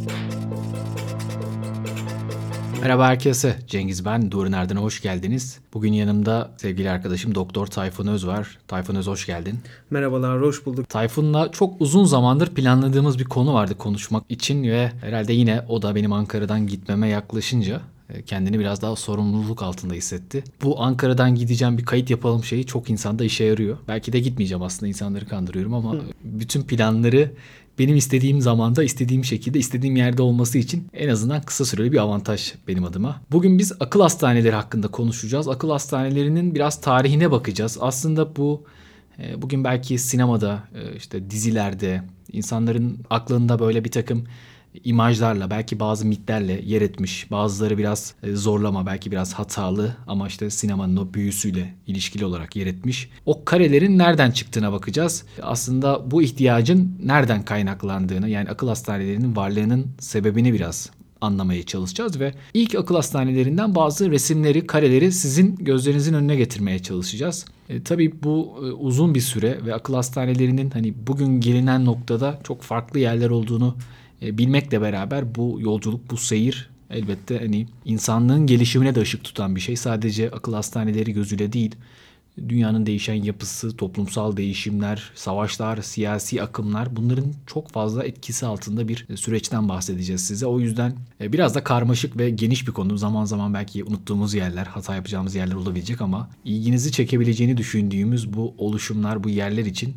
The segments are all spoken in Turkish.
Merhaba herkese, Cengiz ben. Doğru Nerden'e hoş geldiniz. Bugün yanımda sevgili arkadaşım Doktor Tayfun Öz var. Tayfun Öz hoş geldin. Merhabalar, hoş bulduk. Tayfun'la çok uzun zamandır planladığımız bir konu vardı konuşmak için ve herhalde yine o da benim Ankara'dan gitmeme yaklaşınca kendini biraz daha sorumluluk altında hissetti. Bu Ankara'dan gideceğim bir kayıt yapalım şeyi çok insanda işe yarıyor. Belki de gitmeyeceğim, aslında insanları kandırıyorum ama bütün planları benim istediğim zamanda, istediğim şekilde, istediğim yerde olması için en azından kısa süreli bir avantaj benim adıma. Bugün biz akıl hastaneleri hakkında konuşacağız. Akıl hastanelerinin biraz tarihine bakacağız. Aslında bu bugün belki sinemada, işte dizilerde insanların aklında böyle bir takım imajlarla, belki bazı mitlerle yer etmiş. Bazıları biraz zorlama, belki biraz hatalı ama işte sinemanın o büyüsüyle ilişkili olarak yer etmiş. O karelerin nereden çıktığına bakacağız. Aslında bu ihtiyacın nereden kaynaklandığını, yani akıl hastanelerinin varlığının sebebini biraz anlamaya çalışacağız ve ilk akıl hastanelerinden bazı resimleri, kareleri sizin gözlerinizin önüne getirmeye çalışacağız. Tabii bu uzun bir süre ve akıl hastanelerinin hani bugün gelinen noktada çok farklı yerler olduğunu bilmekle beraber bu yolculuk, bu seyir elbette hani insanlığın gelişimine de ışık tutan bir şey. Sadece akıl hastaneleri gözüyle değil, dünyanın değişen yapısı, toplumsal değişimler, savaşlar, siyasi akımlar, bunların çok fazla etkisi altında bir süreçten bahsedeceğiz size. O yüzden biraz da karmaşık ve geniş bir konu. Zaman zaman belki unuttuğumuz yerler, hata yapacağımız yerler olabilecek ama ilginizi çekebileceğini düşündüğümüz bu oluşumlar, bu yerler için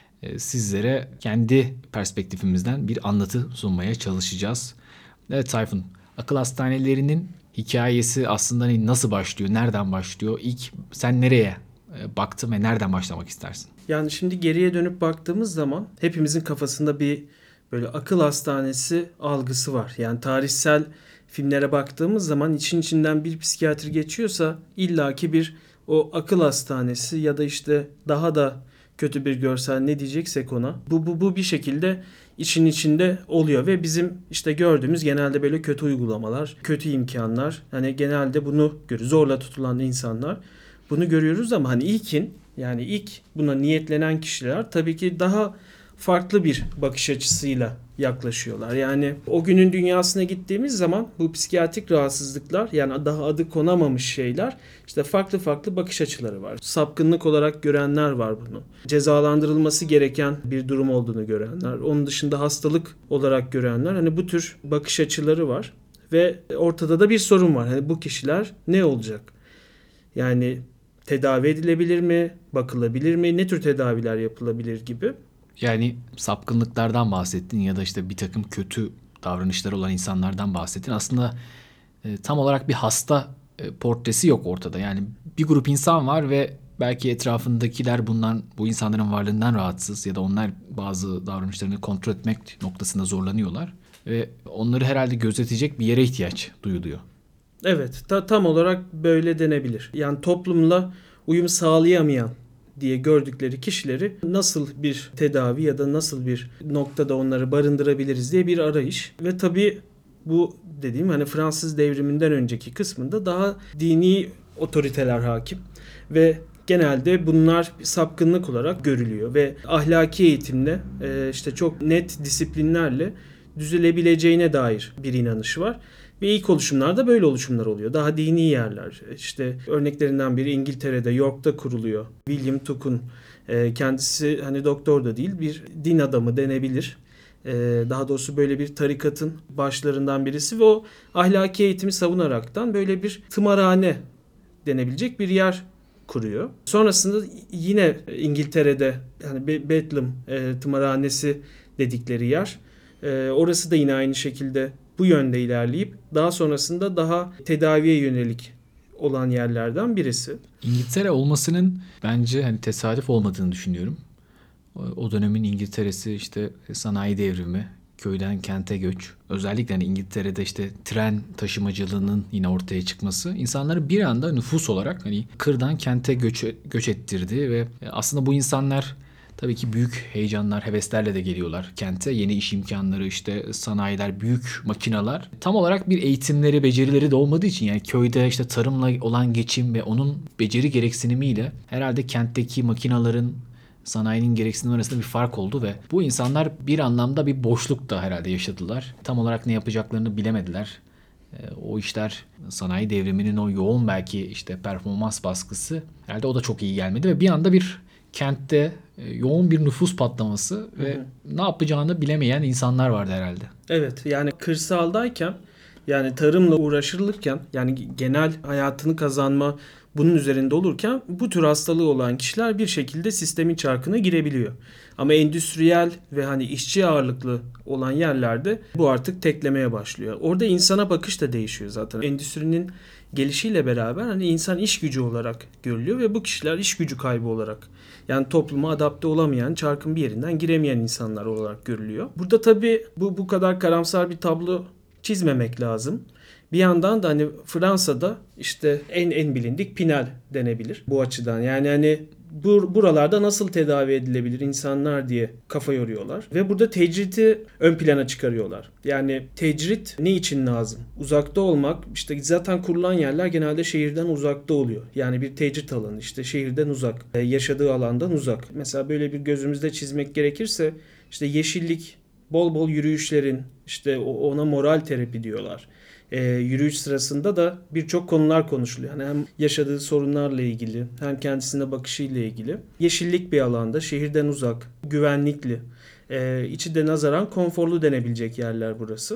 sizlere kendi perspektifimizden bir anlatı sunmaya çalışacağız. Evet Tayfun, akıl hastanelerinin hikayesi aslında nasıl başlıyor, nereden başlıyor? İlk sen nereye baktın ve nereden başlamak istersin? Yani şimdi geriye dönüp baktığımız zaman hepimizin kafasında bir böyle akıl hastanesi algısı var. Yani tarihsel filmlere baktığımız zaman için içinden bir psikiyatr geçiyorsa illaki bir o akıl hastanesi ya da işte daha da kötü bir görsel ne diyeceksek ona. Bu bir şekilde için içinde oluyor ve bizim işte gördüğümüz genelde böyle kötü uygulamalar, kötü imkanlar. Hani genelde bunu görüyoruz. Zorla tutulan insanlar. Bunu görüyoruz ama hani ilk buna niyetlenen kişiler tabii ki daha farklı bir bakış açısıyla yaklaşıyorlar. Yani o günün dünyasına gittiğimiz zaman bu psikiyatrik rahatsızlıklar, yani daha adı konamamış şeyler, işte farklı farklı bakış açıları var. Sapkınlık olarak görenler var bunu. Cezalandırılması gereken bir durum olduğunu görenler, onun dışında hastalık olarak görenler, hani bu tür bakış açıları var ve ortada da bir sorun var. Hani bu kişiler ne olacak? Yani tedavi edilebilir mi? Bakılabilir mi? Ne tür tedaviler yapılabilir gibi. Yani sapkınlıklardan bahsettin ya da işte bir takım kötü davranışları olan insanlardan bahsettin. Aslında tam olarak bir hasta portresi yok ortada. Yani bir grup insan var ve belki etrafındakiler bu insanların varlığından rahatsız ya da onlar bazı davranışlarını kontrol etmek noktasında zorlanıyorlar ve onları herhalde gözetecek bir yere ihtiyaç duyuluyor. Evet, tam olarak böyle denebilir. Yani toplumla uyum sağlayamayan diye gördükleri kişileri nasıl bir tedavi ya da nasıl bir noktada onları barındırabiliriz diye bir arayış. Ve tabii bu dediğim hani Fransız devriminden önceki kısmında daha dini otoriteler hakim ve genelde bunlar bir sapkınlık olarak görülüyor ve ahlaki eğitimle işte çok net disiplinlerle düzelebileceğine dair bir inanış var. Ve ilk oluşumlarda böyle oluşumlar oluyor. Daha dini yerler. İşte örneklerinden biri İngiltere'de, York'ta kuruluyor. William Tuck'un kendisi hani doktor da değil, bir din adamı denebilir. Daha doğrusu böyle bir tarikatın başlarından birisi ve o ahlaki eğitimi savunaraktan böyle bir tımarhane denebilecek bir yer kuruyor. Sonrasında yine İngiltere'de yani Bedlam tımarhanesi dedikleri yer. Orası da yine aynı şekilde bu yönde ilerleyip daha sonrasında daha tedaviye yönelik olan yerlerden birisi. İngiltere olmasının bence hani tesadüf olmadığını düşünüyorum. O dönemin İngiltere'si işte sanayi devrimi, köyden kente göç, özellikle hani İngiltere'de işte tren taşımacılığının yine ortaya çıkması insanları bir anda nüfus olarak hani kırdan kente göç ettirdi ve aslında bu insanlar tabii ki büyük heyecanlar, heveslerle de geliyorlar kente. Yeni iş imkanları, işte sanayiler, büyük makineler. Tam olarak bir eğitimleri, becerileri de olmadığı için yani köyde işte tarımla olan geçim ve onun beceri gereksinimiyle herhalde kentteki makinelerin sanayinin gereksinimi arasında bir fark oldu ve bu insanlar bir anlamda bir boşluk da herhalde yaşadılar. Tam olarak ne yapacaklarını bilemediler. O işler sanayi devriminin o yoğun belki işte performans baskısı herhalde o da çok iyi gelmedi ve bir anda bir kentte yoğun bir nüfus patlaması ve ne yapacağını bilemeyen insanlar vardı herhalde. Evet, yani kırsaldayken, yani tarımla uğraşılırken, yani genel hayatını kazanma bunun üzerinde olurken bu tür hastalığı olan kişiler bir şekilde sistemin çarkına girebiliyor. Ama endüstriyel ve hani işçi ağırlıklı olan yerlerde bu artık teklemeye başlıyor. Orada insana bakış da değişiyor zaten. Endüstrinin gelişiyle beraber hani insan iş gücü olarak görülüyor ve bu kişiler iş gücü kaybı olarak, yani topluma adapte olamayan, çarkın bir yerinden giremeyen insanlar olarak görülüyor. Burada tabii bu kadar karamsar bir tablo çizmemek lazım. Bir yandan da hani Fransa'da işte en bilindik Pinel denebilir bu açıdan. Yani hani buralarda nasıl tedavi edilebilir insanlar diye kafa yoruyorlar. Ve burada tecriti ön plana çıkarıyorlar. Yani tecrit ne için lazım? Uzakta olmak, işte zaten kurulan yerler genelde şehirden uzakta oluyor. Yani bir tecrit alanı işte şehirden uzak, yaşadığı alandan uzak. Mesela böyle bir gözümüzde çizmek gerekirse işte yeşillik, bol bol yürüyüşlerin, işte ona moral terapi diyorlar. Yürüyüş sırasında da birçok konular konuşuluyor. Yani hem yaşadığı sorunlarla ilgili hem kendisine bakışıyla ilgili. Yeşillik bir alanda, şehirden uzak, güvenlikli, içi de nazaran konforlu denebilecek yerler burası.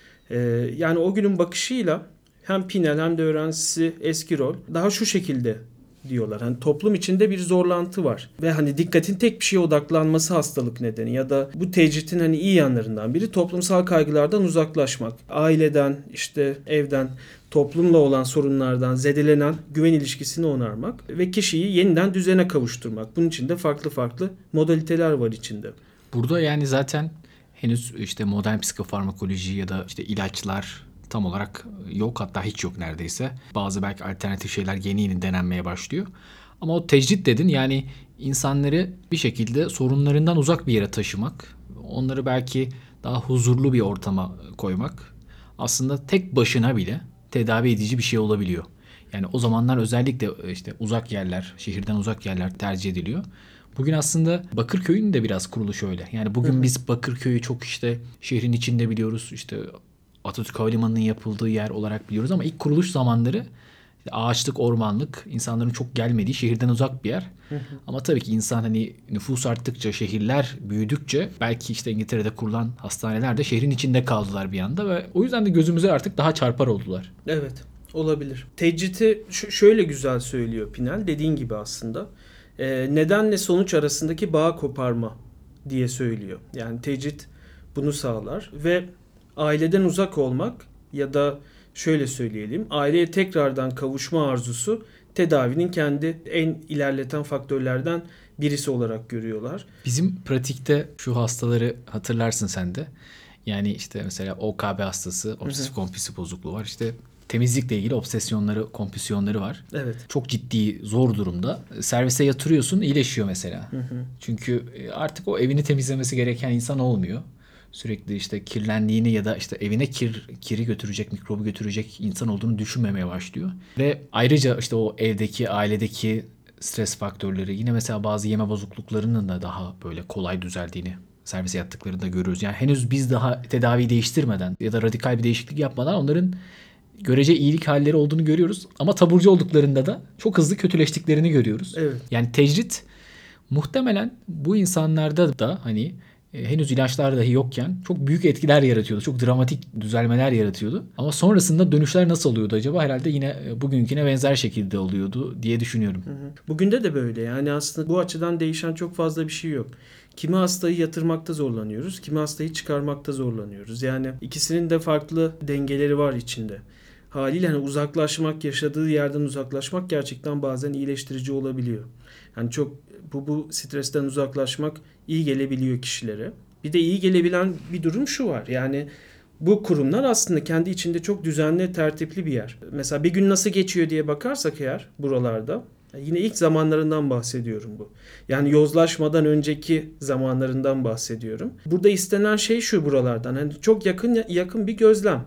Yani o günün bakışıyla hem Pinel hem de öğrencisi Esquirol daha şu şekilde diyorlar. Hani toplum içinde bir zorlantı var ve hani dikkatin tek bir şeye odaklanması hastalık nedeni ya da bu tecritin hani iyi yanlarından biri toplumsal kaygılardan uzaklaşmak. Aileden, işte evden, toplumla olan sorunlardan zedelenen güven ilişkisini onarmak ve kişiyi yeniden düzene kavuşturmak. Bunun için de farklı modaliteler var içinde. Burada yani zaten henüz işte modern psikofarmakoloji ya da işte ilaçlar tam olarak yok, hatta hiç yok neredeyse. Bazı belki alternatif şeyler yeni denenmeye başlıyor. Ama o tecrit dedin, yani insanları bir şekilde sorunlarından uzak bir yere taşımak, onları belki daha huzurlu bir ortama koymak aslında tek başına bile tedavi edici bir şey olabiliyor. Yani o zamanlar özellikle işte uzak yerler, şehirden uzak yerler tercih ediliyor. Bugün aslında Bakırköy'ün de biraz kuruluşu öyle. Yani bugün biz Bakırköy'ü çok işte şehrin içinde biliyoruz. İşte Atatürk Havalimanı'nın yapıldığı yer olarak biliyoruz ama ilk kuruluş zamanları ağaçlık, ormanlık, insanların çok gelmediği şehirden uzak bir yer. Ama tabii ki insan hani nüfus arttıkça, şehirler büyüdükçe belki işte İngiltere'de kurulan hastaneler de şehrin içinde kaldılar bir anda ve o yüzden de gözümüze artık daha çarpar oldular. Evet, olabilir. Tecriti şöyle güzel söylüyor Pinel, dediğin gibi aslında. Nedenle sonuç arasındaki bağ koparma diye söylüyor. Yani tecrit bunu sağlar ve aileden uzak olmak ya da şöyle söyleyelim, aileye tekrardan kavuşma arzusu tedavinin kendi en ilerleten faktörlerden birisi olarak görüyorlar. Bizim pratikte şu hastaları hatırlarsın sen de. Yani işte mesela OKB hastası, obsesif kompulsif bozukluğu var. İşte temizlikle ilgili obsesyonları, kompulsiyonları var. Evet. Çok ciddi, zor durumda. Servise yatırıyorsun, iyileşiyor mesela. Çünkü artık o evini temizlemesi gereken insan olmuyor. Sürekli işte kirlendiğini ya da işte evine kiri götürecek, mikrobu götürecek insan olduğunu düşünmemeye başlıyor. Ve ayrıca işte o evdeki, ailedeki stres faktörleri, yine mesela bazı yeme bozukluklarının da daha böyle kolay düzeldiğini servise yattıklarında görüyoruz. Yani henüz biz daha tedaviyi değiştirmeden ya da radikal bir değişiklik yapmadan onların görece iyilik halleri olduğunu görüyoruz. Ama taburcu olduklarında da çok hızlı kötüleştiklerini görüyoruz. Evet. Yani tecrit muhtemelen bu insanlarda da hani henüz ilaçlar dahi yokken çok büyük etkiler yaratıyordu. Çok dramatik düzelmeler yaratıyordu. Ama sonrasında dönüşler nasıl oluyordu acaba? Herhalde yine bugünküne benzer şekilde oluyordu diye düşünüyorum. Bugün de böyle. Yani aslında bu açıdan değişen çok fazla bir şey yok. Kimi hastayı yatırmakta zorlanıyoruz, kimi hastayı çıkarmakta zorlanıyoruz. Yani ikisinin de farklı dengeleri var içinde. Haliyle hani uzaklaşmak, yaşadığı yerden uzaklaşmak gerçekten bazen iyileştirici olabiliyor. Yani çok bu stresten uzaklaşmak iyi gelebiliyor kişilere. Bir de iyi gelebilen bir durum şu var. Yani bu kurumlar aslında kendi içinde çok düzenli, tertipli bir yer. Mesela bir gün nasıl geçiyor diye bakarsak eğer buralarda, yine ilk zamanlarından bahsediyorum bu. Yani yozlaşmadan önceki zamanlarından bahsediyorum. Burada istenen şey şu buralardan. Hani çok yakın bir gözlem.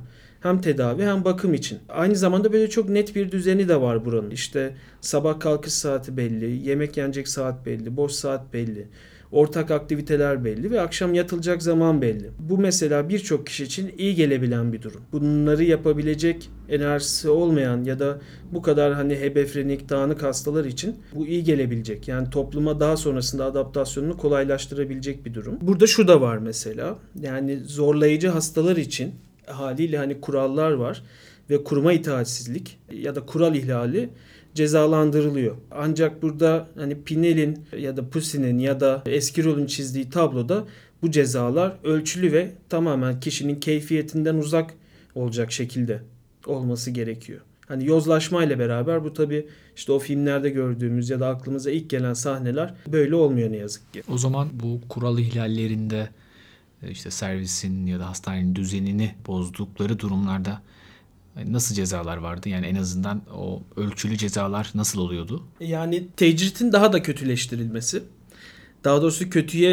Hem tedavi hem bakım için. Aynı zamanda böyle çok net bir düzeni de var buranın. İşte sabah kalkış saati belli, yemek yenecek saat belli, boş saat belli. Ortak aktiviteler belli ve akşam yatılacak zaman belli. Bu mesela birçok kişi için iyi gelebilen bir durum. Bunları yapabilecek enerjisi olmayan ya da bu kadar hani hebefrenik, dağınık hastalar için bu iyi gelebilecek. Yani topluma daha sonrasında adaptasyonunu kolaylaştırabilecek bir durum. Burada şu da var mesela. Yani zorlayıcı hastalar için haliyle hani kurallar var ve kuruma itaatsizlik ya da kural ihlali cezalandırılıyor. Ancak burada hani Pinel'in ya da Pussy'nin ya da Esquirol'un çizdiği tabloda bu cezalar ölçülü ve tamamen kişinin keyfiyetinden uzak olacak şekilde olması gerekiyor. Hani yozlaşmayla beraber bu tabii işte o filmlerde gördüğümüz ya da aklımıza ilk gelen sahneler böyle olmuyor ne yazık ki. O zaman bu kural ihlallerinde işte servisin ya da hastanenin düzenini bozdukları durumlarda nasıl cezalar vardı? Yani en azından o ölçülü cezalar nasıl oluyordu? Yani tecritin daha da kötüleştirilmesi. Daha doğrusu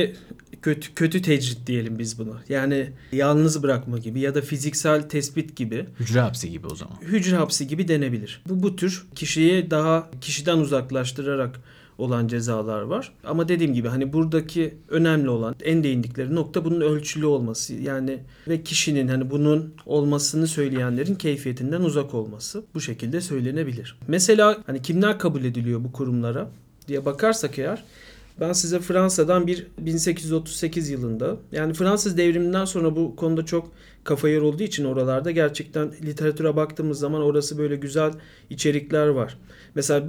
kötü tecrit diyelim biz buna. Yani yalnız bırakma gibi ya da fiziksel tespit gibi. Hücre hapsi gibi o zaman. Hücre hapsi gibi denebilir. Bu tür kişiyi daha kişiden uzaklaştırarak olan cezalar var. Ama dediğim gibi hani buradaki önemli olan en değindikleri nokta bunun ölçülü olması. Yani ve kişinin hani bunun olmasını söyleyenlerin keyfiyetinden uzak olması bu şekilde söylenebilir. Mesela hani kimler kabul ediliyor bu kurumlara diye bakarsak eğer ben size Fransa'dan 1838 yılında yani Fransız devriminden sonra bu konuda çok kafa yer olduğu için oralarda gerçekten literatüre baktığımız zaman orası böyle güzel içerikler var. Mesela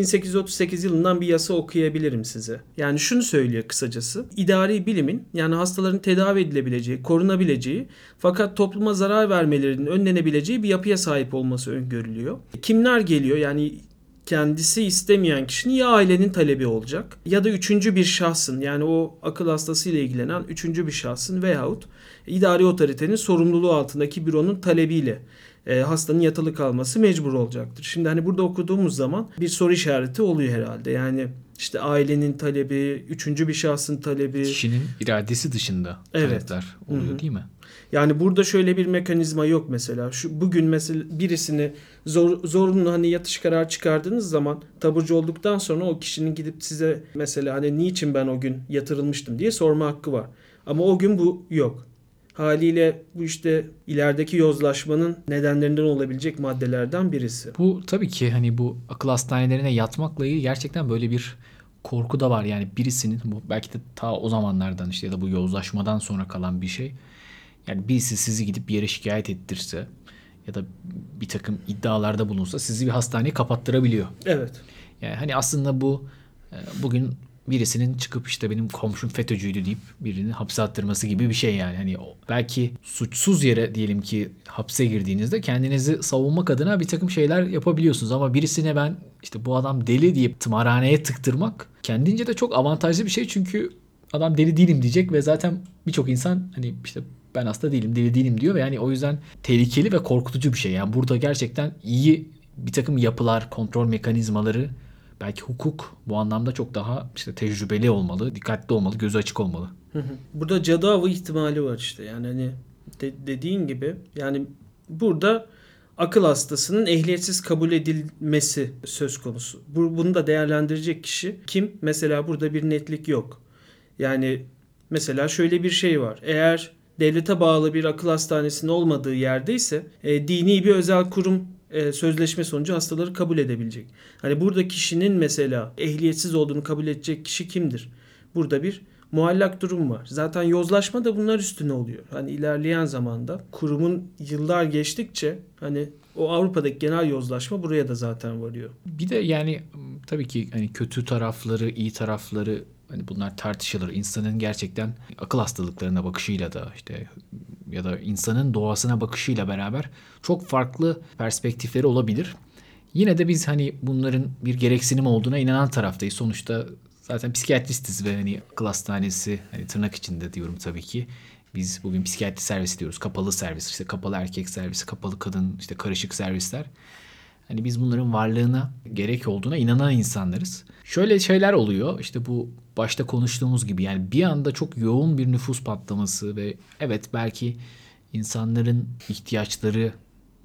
1838 yılından bir yasa okuyabilirim size. Yani şunu söylüyor kısacası. İdari bilimin yani hastaların tedavi edilebileceği, korunabileceği fakat topluma zarar vermelerinin önlenebileceği bir yapıya sahip olması öngörülüyor. Kimler geliyor? Yani kendisi istemeyen kişinin ya ailenin talebi olacak ya da üçüncü bir şahsın yani o akıl hastasıyla ilgilenen üçüncü bir şahsın veyahut idari otoritenin sorumluluğu altındaki büronun talebiyle hastanın yatılı kalması mecbur olacaktır. Şimdi hani burada okuduğumuz zaman bir soru işareti oluyor herhalde. Yani işte ailenin talebi, üçüncü bir şahsın talebi. Kişinin iradesi dışında talepler oluyor. Hı-hı. Değil mi? Yani burada şöyle bir mekanizma yok mesela. Bugün mesela birisini zorunlu hani yatış kararı çıkardığınız zaman taburcu olduktan sonra o kişinin gidip size mesela hani niçin ben o gün yatırılmıştım diye sorma hakkı var. Ama o gün bu yok. Haliyle bu işte ilerideki yozlaşmanın nedenlerinden olabilecek maddelerden birisi. Bu tabii ki hani bu akıl hastanelerine yatmakla ilgili gerçekten böyle bir korku da var. Yani birisinin bu belki de ta o zamanlardan işte ya da bu yozlaşmadan sonra kalan bir şey. Yani birisi sizi gidip bir yere şikayet ettirse ya da bir takım iddialarda bulunsa sizi bir hastaneye kapattırabiliyor. Evet. Yani hani aslında bu bugün birisinin çıkıp işte benim komşum FETÖ'cüydü deyip birini hapse attırması gibi bir şey yani. Hani belki suçsuz yere diyelim ki hapse girdiğinizde kendinizi savunmak adına bir takım şeyler yapabiliyorsunuz. Ama birisine ben işte bu adam deli deyip tımarhaneye tıktırmak kendince de çok avantajlı bir şey. Çünkü adam deli değilim diyecek ve zaten birçok insan hani işte ben hasta değilim, deli değilim diyor ve yani o yüzden tehlikeli ve korkutucu bir şey. Yani burada gerçekten iyi bir takım yapılar, kontrol mekanizmaları, belki hukuk bu anlamda çok daha işte tecrübeli olmalı, dikkatli olmalı, gözü açık olmalı. Burada cadı avı ihtimali var işte. Yani hani dediğin gibi yani burada akıl hastasının ehliyetsiz kabul edilmesi söz konusu. Bunu da değerlendirecek kişi kim? Mesela burada bir netlik yok. Yani mesela şöyle bir şey var. Eğer devlete bağlı bir akıl hastanesinin olmadığı yerdeyse dini bir özel kurum sözleşme sonucu hastaları kabul edebilecek. Hani burada kişinin mesela ehliyetsiz olduğunu kabul edecek kişi kimdir? Burada bir muallak durum var. Zaten yozlaşma da bunlar üstüne oluyor. Hani ilerleyen zamanda kurumun yıllar geçtikçe hani o Avrupa'daki genel yozlaşma buraya da zaten varıyor. Bir de yani tabii ki hani kötü tarafları, iyi tarafları hani bunlar tartışılır. İnsanın gerçekten akıl hastalıklarına bakışıyla da işte ya da insanın doğasına bakışıyla beraber çok farklı perspektifleri olabilir. Yine de biz hani bunların bir gereksinim olduğuna inanan taraftayız. Sonuçta zaten psikiyatristiz ve hani akıl hastanesi hani tırnak içinde diyorum tabii ki. Biz bugün psikiyatri servisi diyoruz. Kapalı servis, işte kapalı erkek servisi, kapalı kadın, işte karışık servisler. Hani biz bunların varlığına, gerek olduğuna inanan insanlarız. Şöyle şeyler oluyor. İşte bu başta konuştuğumuz gibi yani bir anda çok yoğun bir nüfus patlaması ve evet belki insanların ihtiyaçları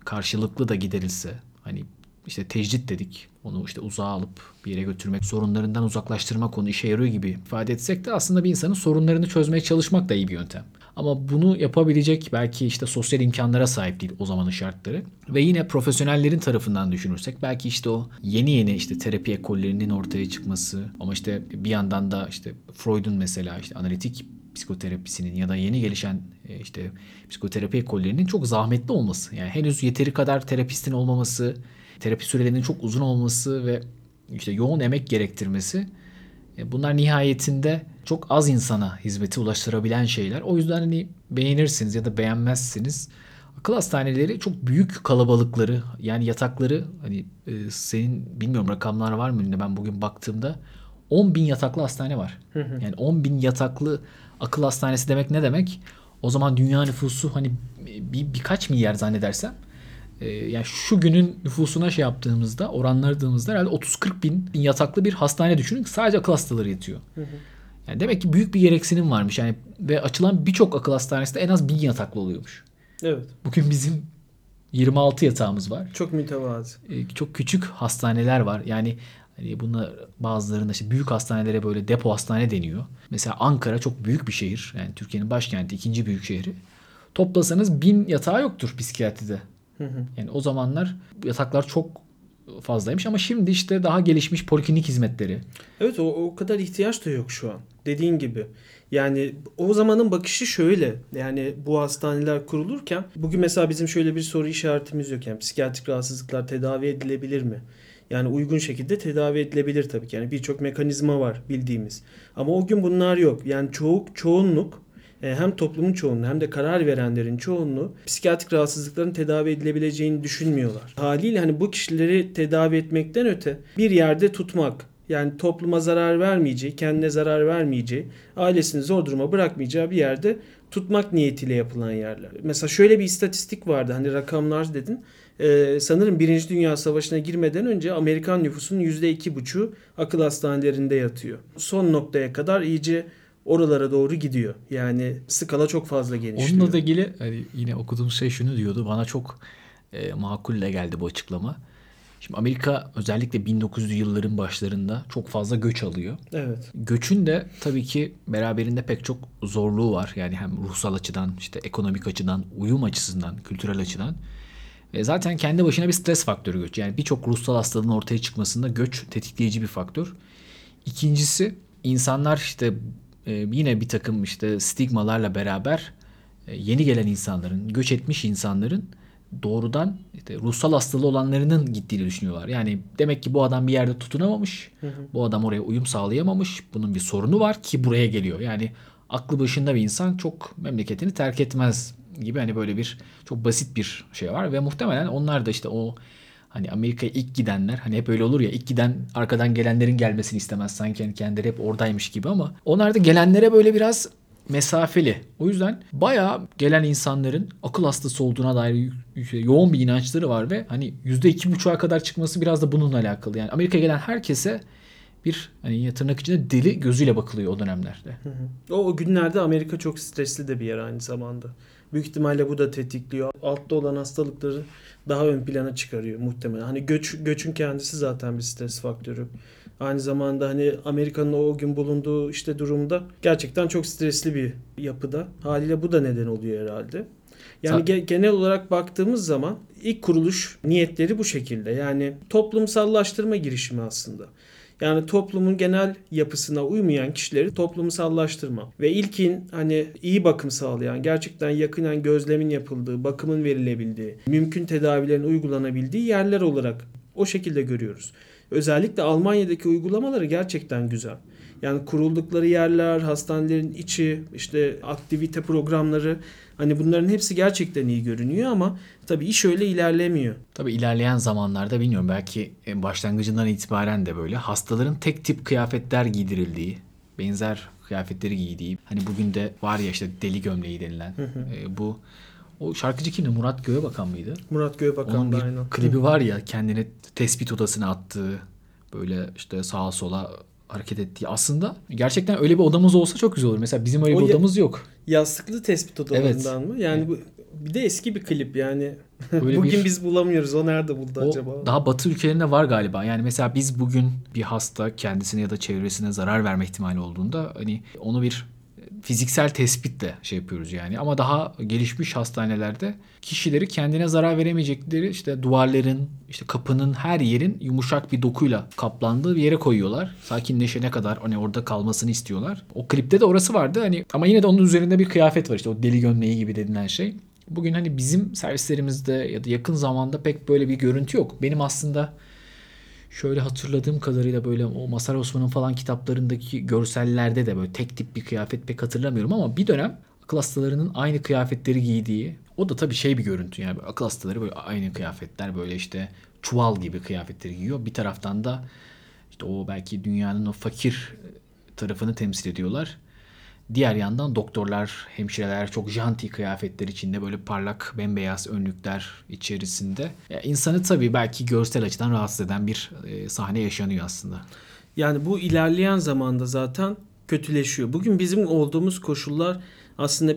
karşılıklı da giderilse, hani işte tecrit dedik, onu işte uzağa alıp bir yere götürmek, sorunlarından uzaklaştırmak onu işe yarıyor gibi ifade etsek de aslında bir insanın sorunlarını çözmeye çalışmak da iyi bir yöntem. Ama bunu yapabilecek belki işte sosyal imkanlara sahip değil o zamanın şartları. Ve yine profesyonellerin tarafından düşünürsek belki işte o yeni işte terapi ekollerinin ortaya çıkması, ama işte bir yandan da işte Freud'un mesela işte analitik psikoterapisinin ya da yeni gelişen işte psikoterapi ekollerinin çok zahmetli olması. Yani henüz yeteri kadar terapistin olmaması, terapi sürelerinin çok uzun olması ve işte yoğun emek gerektirmesi, bunlar nihayetinde çok az insana hizmeti ulaştırabilen şeyler. O yüzden hani beğenirsiniz ya da beğenmezsiniz, akıl hastaneleri çok büyük kalabalıkları, yani yatakları, hani senin bilmiyorum rakamlar var mı önünde, ben bugün baktığımda 10 bin yataklı hastane var. Yani 10 bin yataklı akıl hastanesi demek ne demek? O zaman dünya nüfusu hani birkaç milyar zannedersem. Yani şu günün nüfusuna şey yaptığımızda, oranladığımızda herhalde 30-40 bin yataklı bir hastane düşünün. Sadece akıl hastaları yatıyor. Yani demek ki büyük bir gereksinim varmış. Yani ve açılan birçok akıl hastanesi de en az 1000 yataklı oluyormuş. Evet. Bugün bizim 26 yatağımız var. Çok mütevazı. Çok küçük hastaneler var. Yani hani bunlar bazılarında işte büyük hastanelere böyle depo hastane deniyor. Mesela Ankara çok büyük bir şehir. Yani Türkiye'nin başkenti, ikinci büyük şehri. Toplasanız 1000 yatağı yoktur psikiyatride. Yani o zamanlar yataklar çok fazlaymış ama şimdi işte daha gelişmiş poliklinik hizmetleri. Evet, o kadar ihtiyaç da yok şu an. Dediğin gibi. Yani o zamanın bakışı şöyle. Yani bu hastaneler kurulurken bugün mesela bizim şöyle bir soru işaretimiz yok. Yani psikiyatrik rahatsızlıklar tedavi edilebilir mi? Yani uygun şekilde tedavi edilebilir tabii ki. Yani birçok mekanizma var bildiğimiz. Ama o gün bunlar yok. Yani çoğunluk, hem toplumun çoğunluğu hem de karar verenlerin çoğunluğu psikiyatrik rahatsızlıkların tedavi edilebileceğini düşünmüyorlar. Haliyle hani bu kişileri tedavi etmekten öte bir yerde tutmak, yani topluma zarar vermeyeceği, kendine zarar vermeyeceği, ailesini zor duruma bırakmayacağı bir yerde tutmak niyetiyle yapılan yerler. Mesela şöyle bir istatistik vardı, hani rakamlar dedin. Sanırım Birinci Dünya Savaşı'na girmeden önce Amerikan nüfusunun %2,5'u akıl hastanelerinde yatıyor. Son noktaya kadar iyice oralara doğru gidiyor. Yani skala çok fazla genişliyor. Onunla da ilgili hani yine okuduğum şey şunu diyordu. Bana çok makulle geldi bu açıklama. Şimdi Amerika özellikle 1900'lü yılların başlarında çok fazla göç alıyor. Evet. Göçün de tabii ki beraberinde pek çok zorluğu var. Yani hem ruhsal açıdan, işte ekonomik açıdan, uyum açısından, kültürel açıdan. Ve zaten kendi başına bir stres faktörü göç. Yani birçok ruhsal hastalığın ortaya çıkmasında göç tetikleyici bir faktör. İkincisi, insanlar işte yine bir takım işte stigmalarla beraber yeni gelen insanların, göç etmiş insanların doğrudan işte ruhsal hastalığı olanlarının gittiğini düşünüyorlar. Yani demek ki bu adam bir yerde tutunamamış. Bu adam oraya uyum sağlayamamış. Bunun bir sorunu var ki buraya geliyor. Yani aklı başında bir insan çok memleketini terk etmez gibi, hani böyle bir çok basit bir şey var ve muhtemelen onlar da işte o hani Amerika'ya ilk gidenler, hani hep öyle olur ya, ilk giden arkadan gelenlerin gelmesini istemez, sanki hani kendileri hep oradaymış gibi, ama onlar da gelenlere böyle biraz mesafeli. O yüzden bayağı gelen insanların akıl hastası olduğuna dair yoğun bir inançları var ve hani %2,5'a kadar çıkması biraz da bununla alakalı. Yani Amerika'ya gelen herkese bir hani tırnak içinde deli gözüyle bakılıyor o dönemlerde. O günlerde Amerika çok stresli de bir yer aynı zamanda. Büyük ihtimalle bu da tetikliyor. Altta olan hastalıkları daha ön plana çıkarıyor muhtemelen. Hani göçün kendisi zaten bir stres faktörü. Aynı zamanda hani Amerika'nın o gün bulunduğu işte durumda gerçekten çok stresli bir yapıda. Haliyle bu da neden oluyor herhalde. Yani genel olarak baktığımız zaman ilk kuruluş niyetleri bu şekilde. Yani toplumsallaştırma girişimi aslında. Yani toplumun genel yapısına uymayan kişileri toplumsallaştırma. Ve ilkin hani iyi bakım sağlayan, gerçekten yakinen gözlemin yapıldığı, bakımın verilebildiği, mümkün tedavilerin uygulanabildiği yerler olarak o şekilde görüyoruz. Özellikle Almanya'daki uygulamaları gerçekten güzel. Yani kuruldukları yerler, hastanelerin içi, işte aktivite programları, hani bunların hepsi gerçekten iyi görünüyor ama tabii iş öyle ilerlemiyor. Tabii ilerleyen zamanlarda bilmiyorum, belki başlangıcından itibaren de böyle hastaların tek tip kıyafetler giydirildiği, benzer kıyafetleri giydiği, hani bugün de var ya işte deli gömleği denilen bu, o şarkıcı kimdi? Murat Göğebakan mıydı? Murat Göğebakan Onun da bir aynen. klibi var ya, kendini tespit odasına attığı, böyle işte sağa sola hareket ettiği. Aslında gerçekten öyle bir odamız olsa çok güzel olur. Mesela bizim öyle bir odamız yok. Yastıklı tespit odalarından mı? Yani bu bir de eski bir klip yani. Bugün biz bulamıyoruz. O nerede buldu acaba? Daha batı ülkelerinde var galiba. Yani mesela biz bugün bir hasta kendisine ya da çevresine zarar verme ihtimali olduğunda hani onu bir fiziksel tespitle şey yapıyoruz yani. Ama daha gelişmiş hastanelerde kişileri kendine zarar veremeyecekleri işte duvarların, işte kapının, her yerin yumuşak bir dokuyla kaplandığı bir yere koyuyorlar. Sakinleşene kadar hani orada kalmasını istiyorlar. O klipte de orası vardı hani, ama yine de onun üzerinde bir kıyafet var, işte o deli gömleği gibi denilen şey. Bugün hani bizim servislerimizde ya da yakın zamanda pek böyle bir görüntü yok. Benim aslında şöyle hatırladığım kadarıyla böyle o Mazhar Osman'ın falan kitaplarındaki görsellerde de böyle tek tip bir kıyafet pek hatırlamıyorum, ama bir dönem akıl hastalarının aynı kıyafetleri giydiği, o da tabii şey bir görüntü yani, akıl hastaları böyle aynı kıyafetler, böyle işte çuval gibi kıyafetleri giyiyor. Bir taraftan da işte o belki dünyanın o fakir tarafını temsil ediyorlar. Diğer yandan doktorlar, hemşireler çok janti kıyafetler içinde, böyle parlak bembeyaz önlükler içerisinde. İnsanı tabii belki görsel açıdan rahatsız eden bir sahne yaşanıyor aslında. Yani bu ilerleyen zamanda zaten kötüleşiyor. Bugün bizim olduğumuz koşullar aslında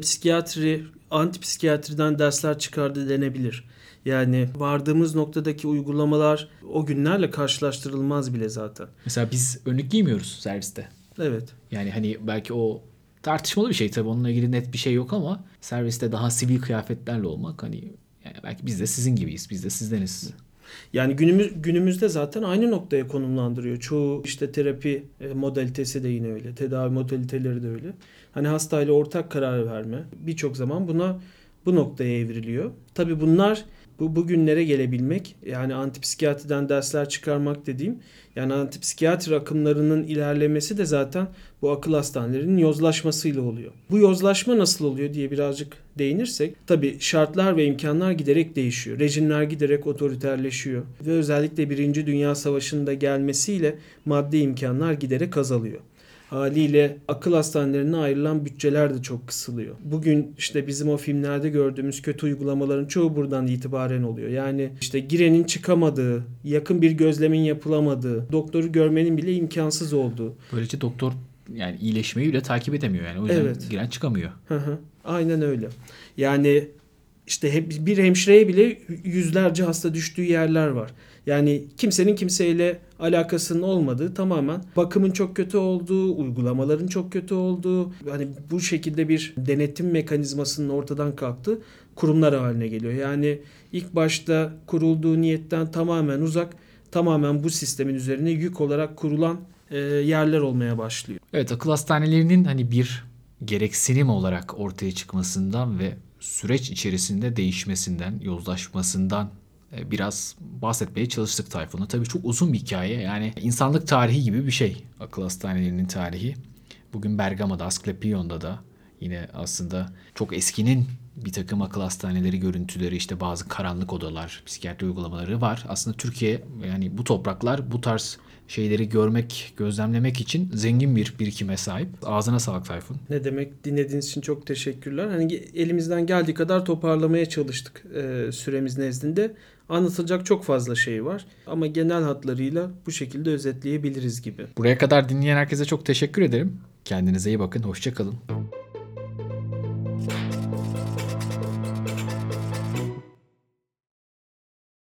antipsikiyatriden dersler çıkardı denebilir. Yani vardığımız noktadaki uygulamalar o günlerle karşılaştırılmaz bile zaten. Mesela biz önlük giymiyoruz serviste. Evet. Yani hani belki o tartışmalı bir şey tabii, onunla ilgili net bir şey yok, ama serviste daha sivil kıyafetlerle olmak hani, yani belki biz de sizin gibiyiz, biz de sizdeniz. Yani günümüzde zaten aynı noktaya konumlandırıyor. Çoğu işte terapi modalitesi de yine öyle. Tedavi modaliteleri de öyle. Hani hastayla ortak karar verme birçok zaman bu noktaya evriliyor. Tabii bunlar bugünlere gelebilmek, yani antipsikiyatriden dersler çıkarmak dediğim, yani antipsikiyatri akımlarının ilerlemesi de zaten bu akıl hastanelerinin yozlaşmasıyla oluyor. Bu yozlaşma nasıl oluyor diye birazcık değinirsek, tabii şartlar ve imkanlar giderek değişiyor. Rejimler giderek otoriterleşiyor ve özellikle Birinci Dünya Savaşı'nda gelmesiyle maddi imkanlar giderek azalıyor. Haliyle akıl hastanelerine ayrılan bütçeler de çok kısılıyor. Bugün işte bizim o filmlerde gördüğümüz kötü uygulamaların çoğu buradan itibaren oluyor. Yani işte girenin çıkamadığı, yakın bir gözlemin yapılamadığı, doktoru görmenin bile imkansız olduğu. Böylece doktor yani iyileşmeyi bile takip edemiyor yani. O yüzden giren çıkamıyor. Aynen öyle. Yani işte bir hemşireye bile yüzlerce hasta düştüğü yerler var. Yani kimsenin kimseyle alakasının olmadığı, tamamen bakımın çok kötü olduğu, uygulamaların çok kötü olduğu, hani bu şekilde bir denetim mekanizmasının ortadan kalktığı kurumlar haline geliyor. Yani ilk başta kurulduğu niyetten tamamen uzak, tamamen bu sistemin üzerine yük olarak kurulan yerler olmaya başlıyor. Evet, akıl hastanelerinin hani bir gereksinim olarak ortaya çıkmasından ve süreç içerisinde değişmesinden, yozlaşmasından biraz bahsetmeye çalıştık Tayfun'la. Tabii çok uzun bir hikaye. Yani insanlık tarihi gibi bir şey akıl hastanelerinin tarihi. Bugün Bergama'da, Asklepion'da da yine aslında çok eskinin bir takım akıl hastaneleri görüntüleri, işte bazı karanlık odalar, psikiyatri uygulamaları var. Aslında Türkiye, yani bu topraklar bu tarz şeyleri görmek, gözlemlemek için zengin bir birikime sahip. Ağzına sağlık Tayfun. Ne demek, dinlediğiniz için çok teşekkürler. Hani elimizden geldiği kadar toparlamaya çalıştık süremiz nezdinde. Anlatılacak çok fazla şey var ama genel hatlarıyla bu şekilde özetleyebiliriz gibi. Buraya kadar dinleyen herkese çok teşekkür ederim. Kendinize iyi bakın, hoşça kalın.